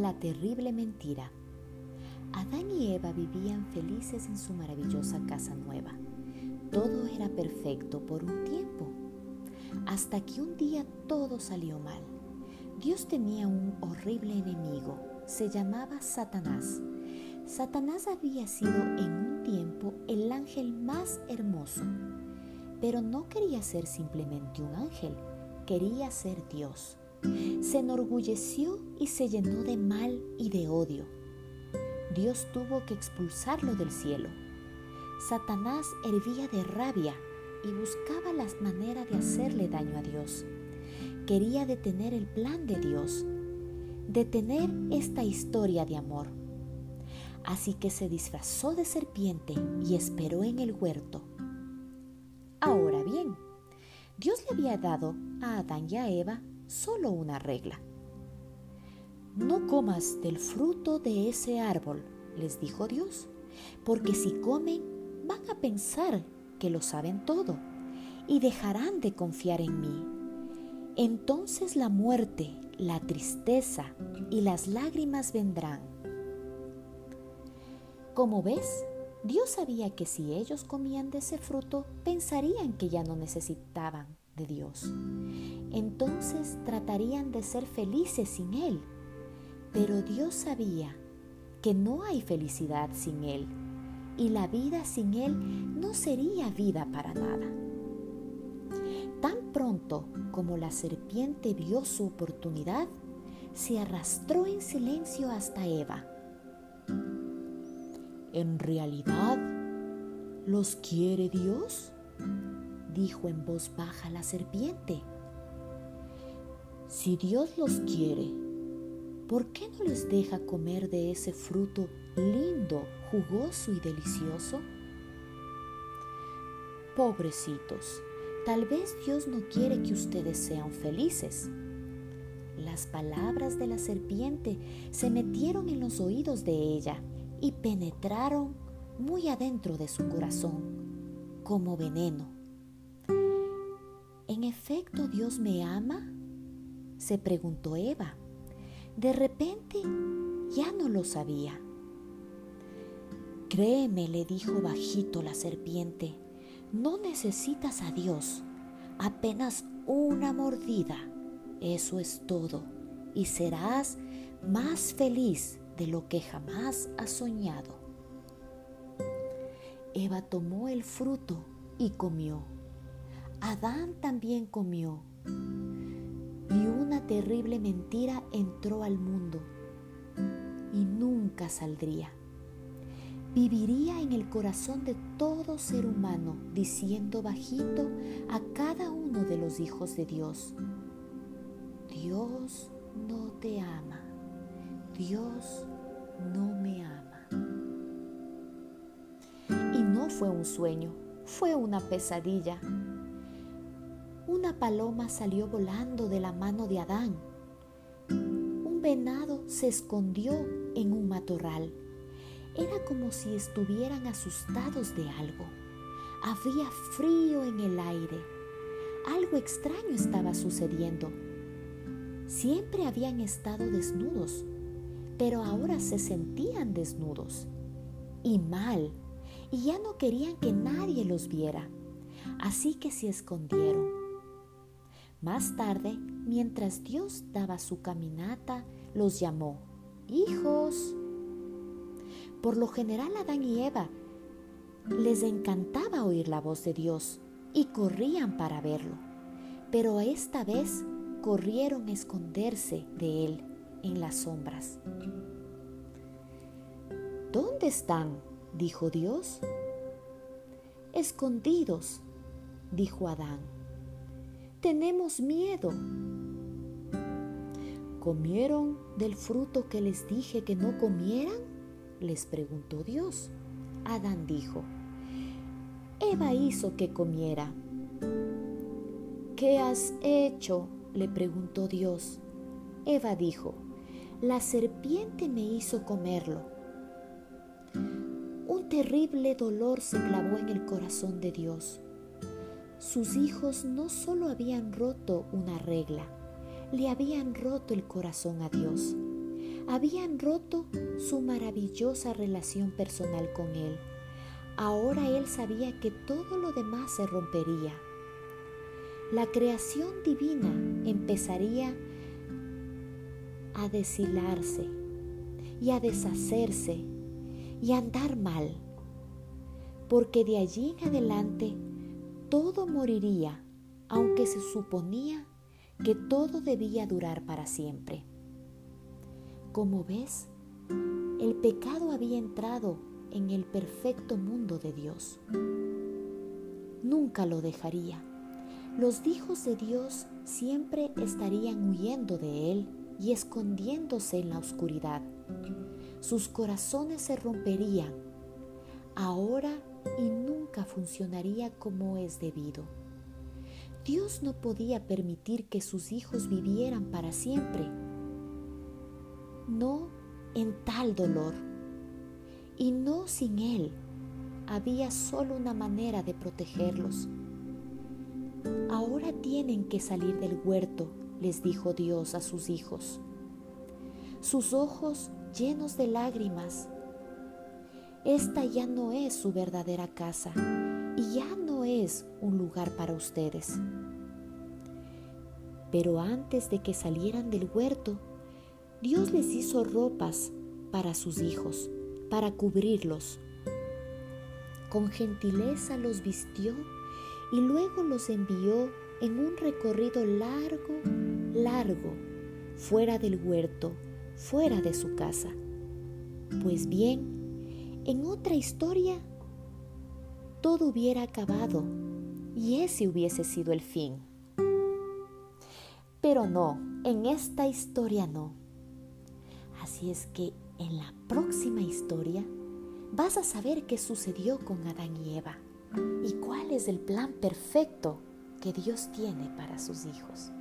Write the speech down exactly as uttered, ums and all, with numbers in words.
la terrible mentira. Adán y Eva vivían felices en su maravillosa casa nueva. Todo era perfecto por un tiempo, hasta que un día todo salió mal. Dios tenía un horrible enemigo, se llamaba Satanás. Satanás había sido en un tiempo el ángel más hermoso, pero no quería ser simplemente un ángel, quería ser Dios. Se enorgulleció y se llenó de mal y de odio. Dios tuvo que expulsarlo del cielo. Satanás hervía de rabia y buscaba las maneras de hacerle daño a Dios. Quería detener el plan de Dios, detener esta historia de amor. Así que se disfrazó de serpiente y esperó en el huerto. Ahora bien, Dios le había dado a Adán y a Eva solo una regla. No comas del fruto de ese árbol, les dijo Dios, porque si comen van a pensar que lo saben todo y dejarán de confiar en mí. Entonces la muerte, la tristeza y las lágrimas vendrán. Como ves, Dios sabía que si ellos comían de ese fruto, pensarían que ya no necesitaban de Dios. Entonces tratarían de ser felices sin Él. Pero Dios sabía que no hay felicidad sin Él, y la vida sin Él no sería vida para nada. Tan pronto como la serpiente vio su oportunidad, se arrastró en silencio hasta Eva. ¿En realidad los quiere Dios?, dijo en voz baja la serpiente. Si Dios los quiere, ¿por qué no les deja comer de ese fruto lindo, jugoso y delicioso? Pobrecitos, tal vez Dios no quiere que ustedes sean felices. Las palabras de la serpiente se metieron en los oídos de ella y penetraron muy adentro de su corazón, como veneno. ¿En efecto Dios me ama?, se preguntó Eva. De repente ya no lo sabía. Créeme, le dijo bajito la serpiente, no necesitas a Dios, apenas una mordida, eso es todo, y serás más feliz de lo que jamás has soñado. Eva tomó el fruto y comió. Adán también comió. Y una terrible mentira entró al mundo y nunca saldría. Viviría en el corazón de todo ser humano, diciendo bajito a cada uno de los hijos de Dios: Dios no te ama, Dios no me ama. Y no fue un sueño, fue una pesadilla. Una paloma salió volando de la mano de Adán. Un venado se escondió en un matorral. Era como si estuvieran asustados de algo. Había frío en el aire. Algo extraño estaba sucediendo. Siempre habían estado desnudos, pero ahora se sentían desnudos y mal, y ya no querían que nadie los viera. Así que se escondieron. Más tarde, mientras Dios daba su caminata, los llamó: hijos. Por lo general, Adán y Eva les encantaba oír la voz de Dios y corrían para verlo, pero esta vez corrieron a esconderse de Él en las sombras. ¿Dónde están?, dijo Dios. Escondidos, dijo Adán. Tenemos miedo. ¿Comieron del fruto que les dije que no comieran?, les preguntó Dios. Adán dijo: Eva hizo que comiera. ¿Qué has hecho?, le preguntó Dios. Eva dijo: la serpiente me hizo comerlo. Un terrible dolor se clavó en el corazón de Dios. Sus hijos no solo habían roto una regla, le habían roto el corazón a Dios. habían roto su maravillosa relación personal con Él. Ahora Él sabía que todo lo demás se rompería. La creación divina empezaría a deshilarse y a deshacerse y a andar mal, porque de allí en adelante todo moriría, aunque se suponía que todo debía durar para siempre. Como ves, el pecado había entrado en el perfecto mundo de Dios. Nunca lo dejaría. Los hijos de Dios siempre estarían huyendo de Él y escondiéndose en la oscuridad. Sus corazones se romperían ahora y nunca funcionaría como es debido. Dios no podía permitir que sus hijos vivieran para siempre, no en tal dolor, y no sin Él. Había solo una manera de protegerlos. Ahora tienen que salir del huerto, les dijo Dios a sus hijos. Sus ojos llenos de lágrimas. Esta ya no es su verdadera casa y ya no es un lugar para ustedes. Pero antes de que salieran del huerto, Dios les hizo ropas para sus hijos, para cubrirlos. Con gentileza los vistió y luego los envió en un recorrido largo, largo, fuera del huerto, fuera de su casa. Pues bien, en otra historia, todo hubiera acabado y ese hubiese sido el fin. Pero no, en esta historia no. Así es que en la próxima historia vas a saber qué sucedió con Adán y Eva y cuál es el plan perfecto que Dios tiene para sus hijos.